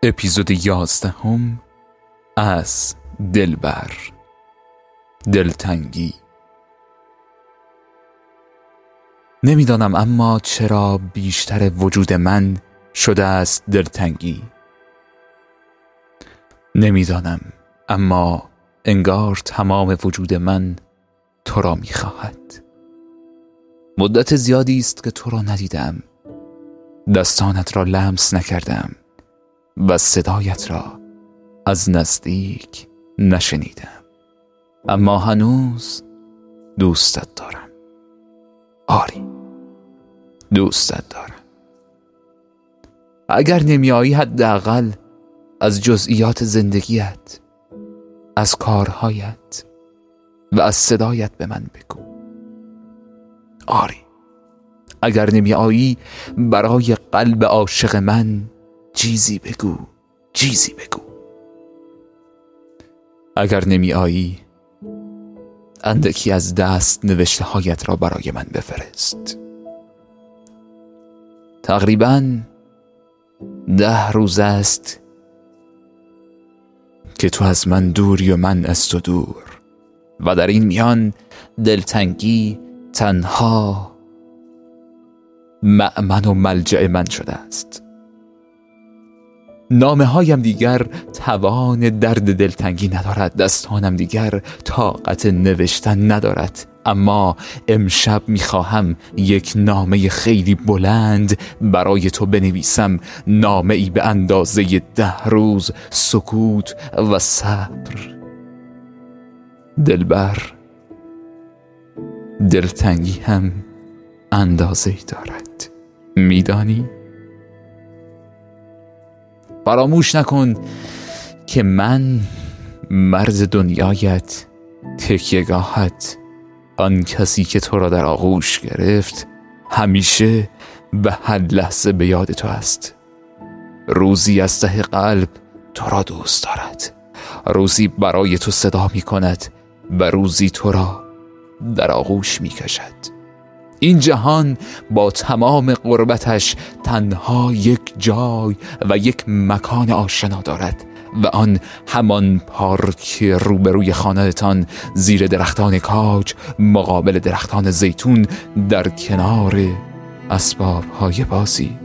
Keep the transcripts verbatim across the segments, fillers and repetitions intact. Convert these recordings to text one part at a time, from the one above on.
اپیزود یازدهم از دلبر. دلتنگی. نمیدانم اما چرا بیشتر وجود من شده است دلتنگی. نمیدانم اما انگار تمام وجود من تو را میخواهد. مدت زیادی است که تو را ندیدم، دستانت را لمس نکردم و صدایت را از نزدیک نشنیدم، اما هنوز دوستت دارم. آری، دوستت دارم. اگر نمیایی حداقل از جزئیات زندگیت، از کارهایت و از صدایت به من بگو. آری، اگر نمیایی برای قلب عاشق من چیزی بگو، چیزی بگو. اگر نمیایی اندکی از دست نوشته هایت را برای من بفرست. تقریباً ده روز است که تو از من دوری و من از تو دور، و در این میان دلتنگی تنها مأمن و ملجأ من شده است. نامه هایم دیگر توان درد دلتنگی ندارد، دستانم دیگر طاقت نوشتن ندارد، اما امشب میخواهم یک نامه خیلی بلند برای تو بنویسم، نامه ای به اندازه ده روز سکوت و صبر. دلبر، دلتنگی هم اندازه‌ای دارد، میدانی؟ فراموش نکن که من مرد دنیایت، تکیه‌گاهت، آن کسی که تو را در آغوش گرفت، همیشه به هر لحظه به یاد تو است. روزی از ته قلب تو را دوست دارد، روزی برای تو صدا می کند و روزی تو را در آغوش می کشد. این جهان با تمام غربتش تنها یک جای و یک مکان آشنا دارد، و آن همان پارک روبروی خانه‌تان، زیر درختان کاج، مقابل درختان زیتون، در کنار اسباب‌های بازی.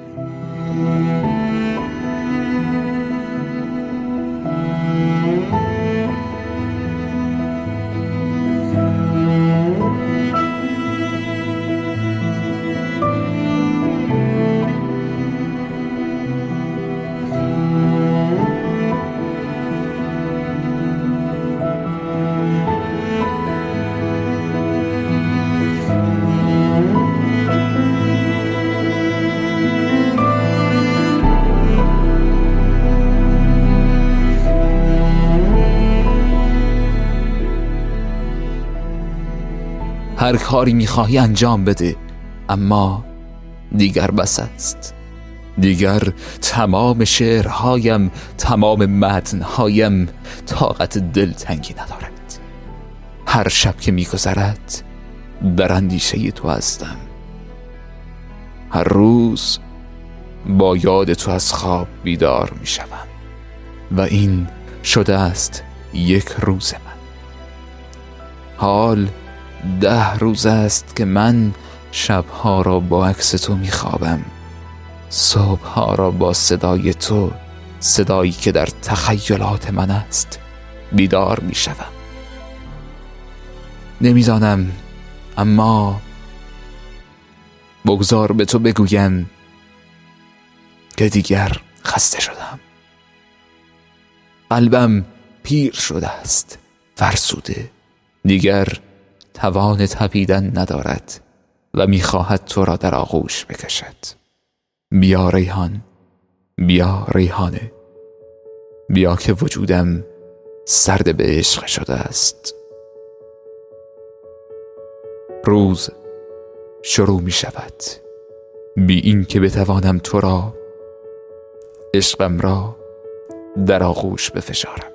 هر کاری میخواهی انجام بده، اما دیگر بس است. دیگر تمام شعرهایم، تمام متنهایم طاقت دلتنگی ندارد. هر شب که میگذرد در اندیشه تو هستم. هر روز با یاد تو از خواب بیدار میشوم و این شده است یک روز من. حال ده روز است که من شبها را با عکس تو میخوابم، صبحها را با صدای تو، صدایی که در تخیلات من است، بیدار میشوم. نمیدانم، اما بگذار به تو بگویم که دیگر خسته شدم. قلبم پیر شده است، فرسوده، دیگر توان تپیدن ندارد و میخواهد تو را در آغوش بکشد. بیا ریحان، بیا ریحانه، بیا که وجودم سرد به عشق شده است. روز شروع می شود، بی این که بتوانم تو را، عشقم را در آغوش بفشارم.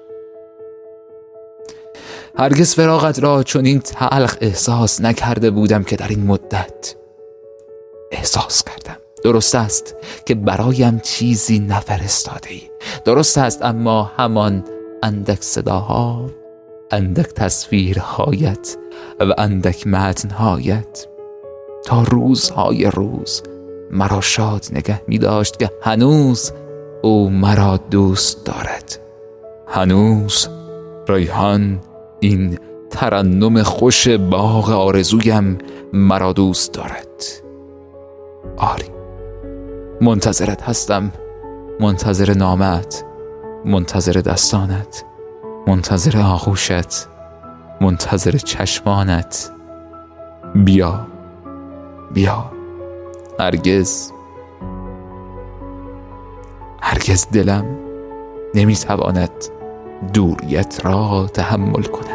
هرگز فراقت را چون این تلخ احساس نکرده بودم که در این مدت احساس کردم. درست است که برایم چیزی نفرستاده ای. درست است، اما همان اندک صداها، اندک تصویرهایت و اندک متنهایت تا روزهای روز مرا شاد نگه می داشت که هنوز او مرا دوست دارد. هنوز ریحان، این ترنم خوش باغ آرزویم، مرا دوست دارد. آری، منتظرت هستم، منتظر نامت، منتظر دستانت، منتظر آغوشت، منتظر چشمانت. بیا بیا، هرگز هرگز دلم نمیتواند دوریت را تحمل کند.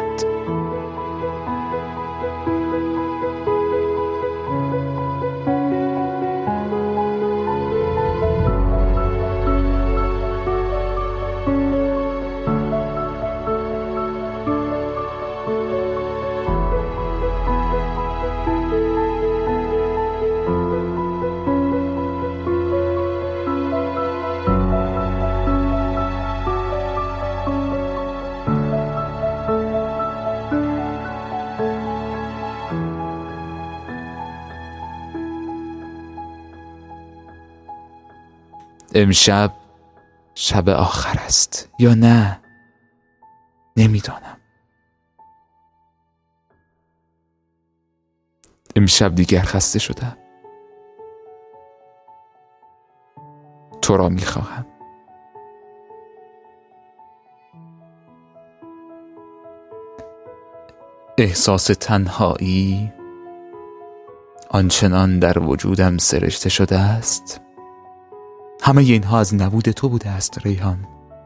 امشب شب آخر است یا نه؟ نمیدانم. امشب دیگر خسته شدم. تو را میخواهم. احساس تنهایی آنچنان در وجودم سرشته شده است. همه اینها از نبود تو بوده است ریحان.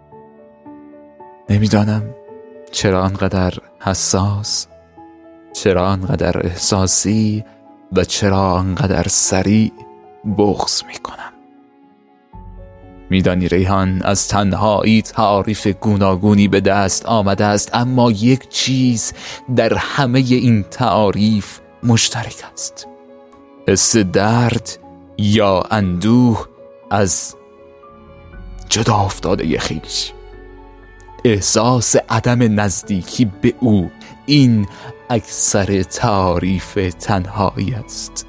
نمیدانم چرا آنقدر حساس، چرا آنقدر احساسی و چرا آنقدر سریع بغض میکنم. میدانی ریحان، از تنهایی تعاریف گوناگونی به دست آمده است، اما یک چیز در همه این تعاریف مشترک است: حس درد یا اندوه از جدا افتاده خویش، احساس عدم نزدیکی به او. این اکثر تعاریف تنهایی است.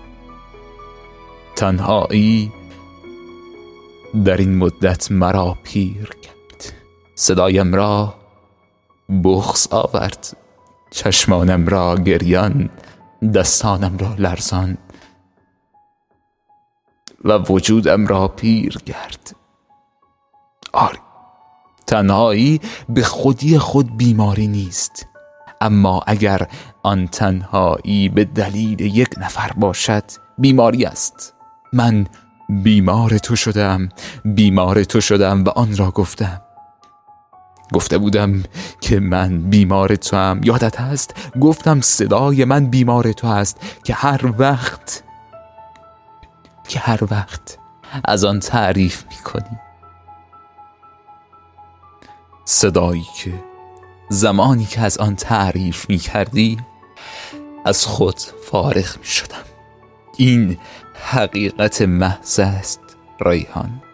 تنهایی در این مدت مرا پیر کرد. صدایم را بغض آورد، چشمانم را گریان، دستانم را لرزان و وجودم را پیر کرد. آری، تنهایی به خودی خود بیماری نیست، اما اگر آن تنهایی به دلیل یک نفر باشد بیماری است. من بیمار تو شدم، بیمار تو شدم و آن را گفتم. گفته بودم که من بیمار تو هم. یادت هست؟ گفتم صدای من بیمار تو هست که هر وقت که هر وقت از آن تعریف میکنی. صدایی که زمانی که از آن تعریف میکردی از خود فارغ میشدم. این حقیقت محض است ریحان.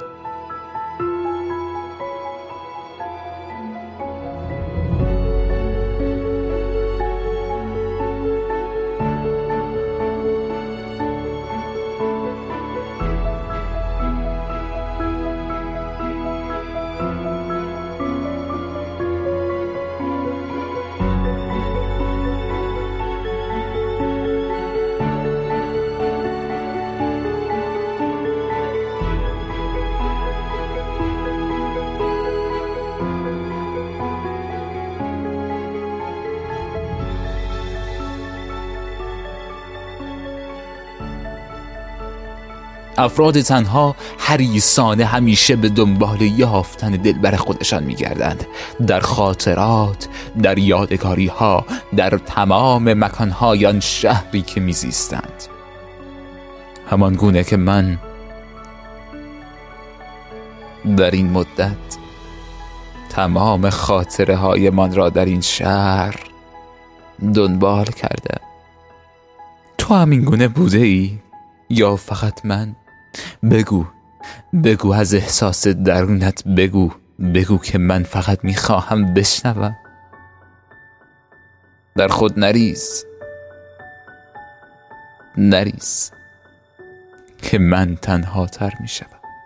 افراد تنها حریصانه همیشه به دنبال یافتن دلبر خودشان می‌گردند. در خاطرات، در یادگاری‌ها، در تمام مکان‌های آن شهری که می‌زیستند. همان گونه که من در این مدت تمام خاطره‌های من را در این شهر دنبال کردم. تو همین گونه بوده ای؟ یا فقط من؟ بگو بگو از احساس درونت بگو بگو که من فقط میخواهم بشنوم. در خود نریز نریز که من تنها تر میشم.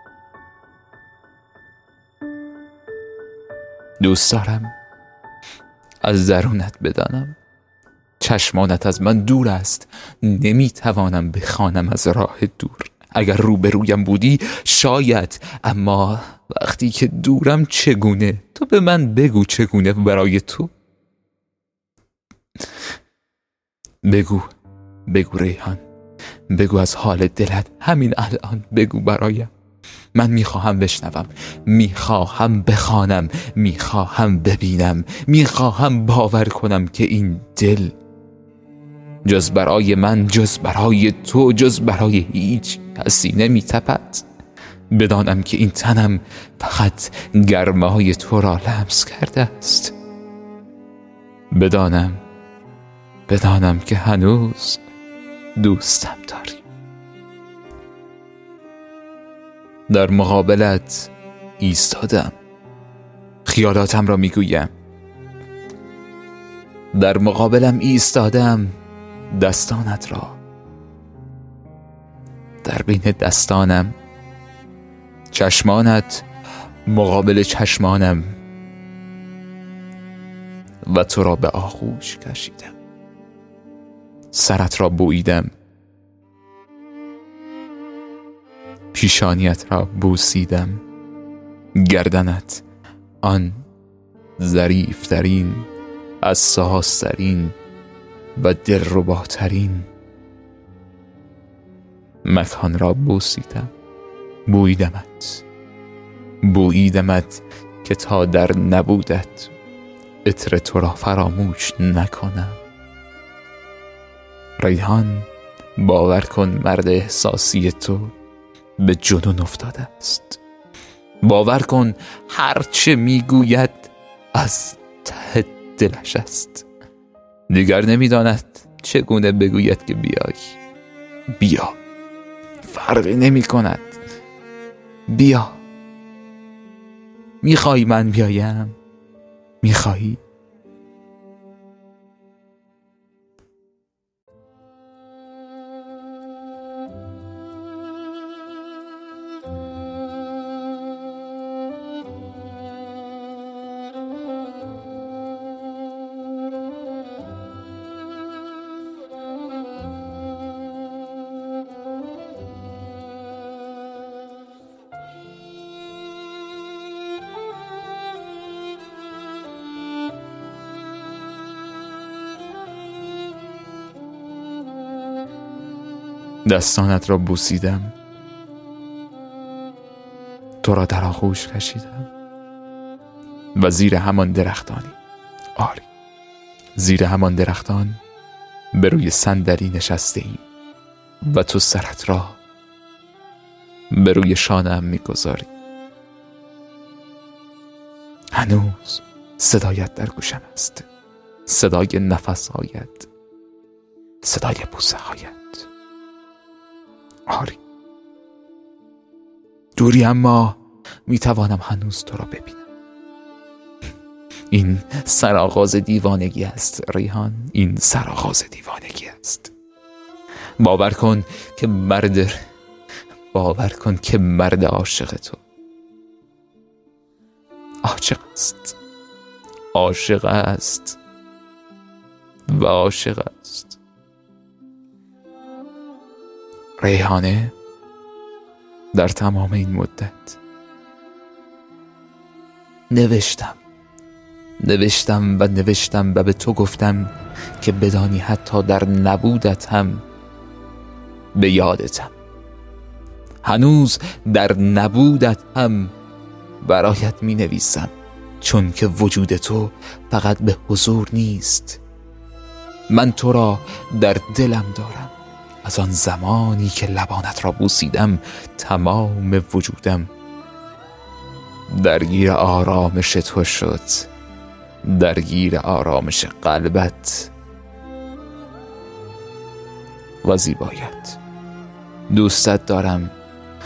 دوست دارم از درونت بدانم چشمانت از من دور است، نمیتوانم بخوانم از راه دور. اگر روبرویم بودی شاید، اما وقتی که دورم چگونه؟ تو به من بگو چگونه برای تو. بگو بگو ریحان، بگو از حال دلت همین الان بگو برایم. من میخواهم بشنوم، میخواهم بخوانم، میخواهم ببینم، میخواهم باور کنم که این دل جز برای من، جز برای تو، جز برای هیچ کسی نمیتپد. بدانم که این تنم فقط گرمای تو را لمس کرده است. بدانم بدانم که هنوز دوستم داری. در مقابلت ایستادم، خیالاتم را میگویم. در مقابلم ایستادم، دستانت را در بین دستانم، چشمانت مقابل چشمانم و تو را به آغوش کشیدم. سرت را بوییدم، پیشانیت را بوسیدم، گردنت آن ظریفترین، حساس‌ترین و دلرباترین مکان را بوسیدم. بوییدمت بوییدمت که تا در نبودت عطر تو را فراموش نکنم. ریحان، باور کن مرد احساسی تو به جنون افتاده است. باور کن هرچه میگوید از ته دلش است. دیگر نمیداند چگونه بگوید که بیای. بیا، فرقی نمی کند. بیا. میخوایی من بیایم؟ میخوایی؟ دستانت را بوسیدم، تو را در آغوش کشیدم و زیر همان درختانی، آری زیر همان درختان به روی صندلی نشسته ایم و تو سرت را به روی شانه‌ام میگذاری. هنوز صدایت در گوشم است، صدای نفس‌هایت، صدای بوسه هایت. آری دوری، اما میتوانم هنوز تو را ببینم. این سرآغاز دیوانگی است ریحان، این سرآغاز دیوانگی است. باور کن که مرد باور کن که مرد عاشق تو عاشق است عاشق است و عاشق است. ریحانه، در تمام این مدت نوشتم نوشتم و نوشتم و به تو گفتم که بدانی حتی در نبودت هم به یادتم. هنوز در نبودت هم برایت می نویسم، چون که وجود تو فقط به حضور نیست. من تو را در دلم دارم. از آن زمانی که لبانت را بوسیدم تمام وجودم درگیر آرامش تو شد، درگیر آرامش قلبت و زیبایت. دوستت دارم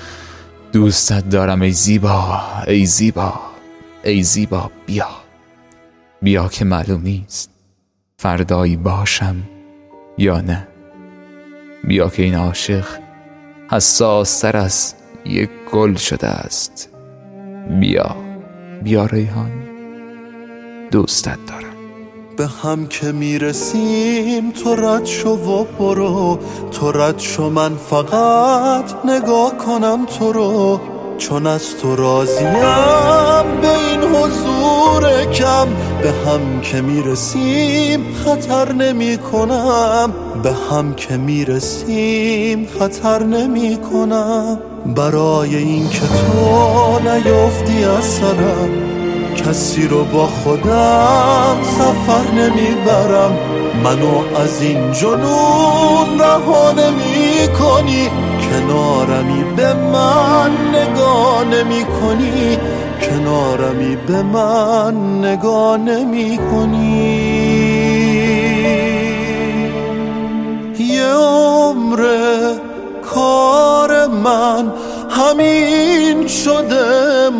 دوستت دارم ای زیبا، ای زیبا، ای زیبا، بیا بیا که معلوم نیست فردایی باشم یا نه. بیا که این عاشق حساس‌تر از یک گل شده است. بیا بیا ریحان، دوستت دارم. به هم که میرسیم تو رد شو و برو، تو رد شو من فقط نگاه کنم تو رو، چون از تو راضیم به این حضور کم. به هم که میرسیم خطر نمی کنم، به هم که میرسیم خطر نمی کنم. برای این که تو نیفتی از سرم، کسی رو با خودم سفر نمیبرم. منو از این جنون رها نمی کنی، کنارمی به من نگاه نمی کنی، کنارمی به من نگاه نمی کنی. یه عمره کار من همین شده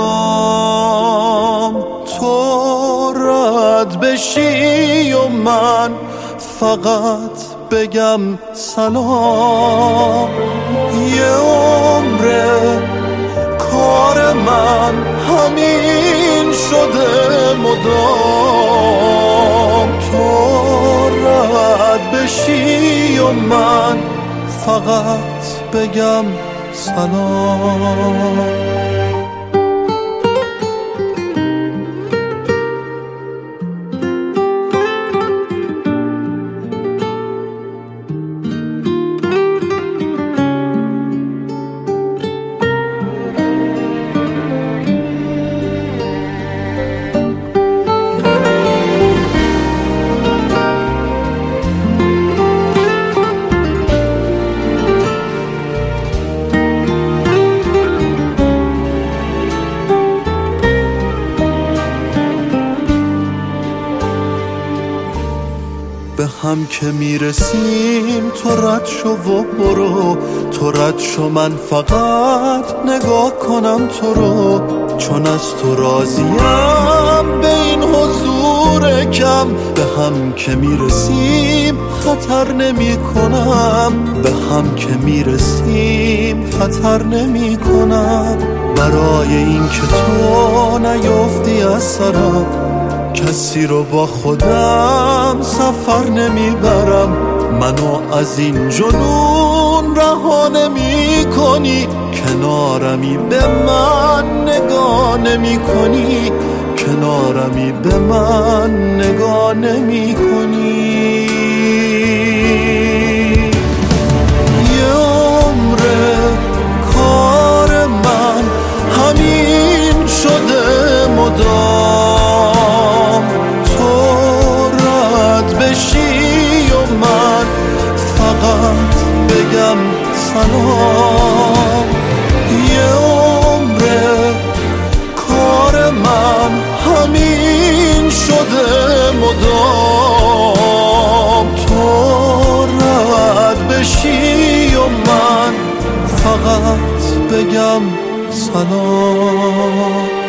مدام، تو رد بشی و من فقط بگم سلام. یه عمره کار من همین شده مدام، تو رد بشی و من فقط بگم سلام. به هم که میرسیم تو رد شو و برو، تو رد شو من فقط نگاه کنم تو رو، چون از تو راضیم به این حضور کم. به هم که میرسیم خطر نمی کنم، به هم که میرسیم خطر نمی کنم. برای این که تو نیفتی از سرم، کسی رو با خودم سفر نمیبرم. منو از این جنون رها نمی کنی، کنارمی به من نگاه نمی کنی، کنارمی به من نگاه نمی کنی. یه عمره کار من همین شده مدام، بشی و من فقط بگم سلام. یه عمره کار من همین شده مدام، تو رد بشی و من فقط بگم سلام.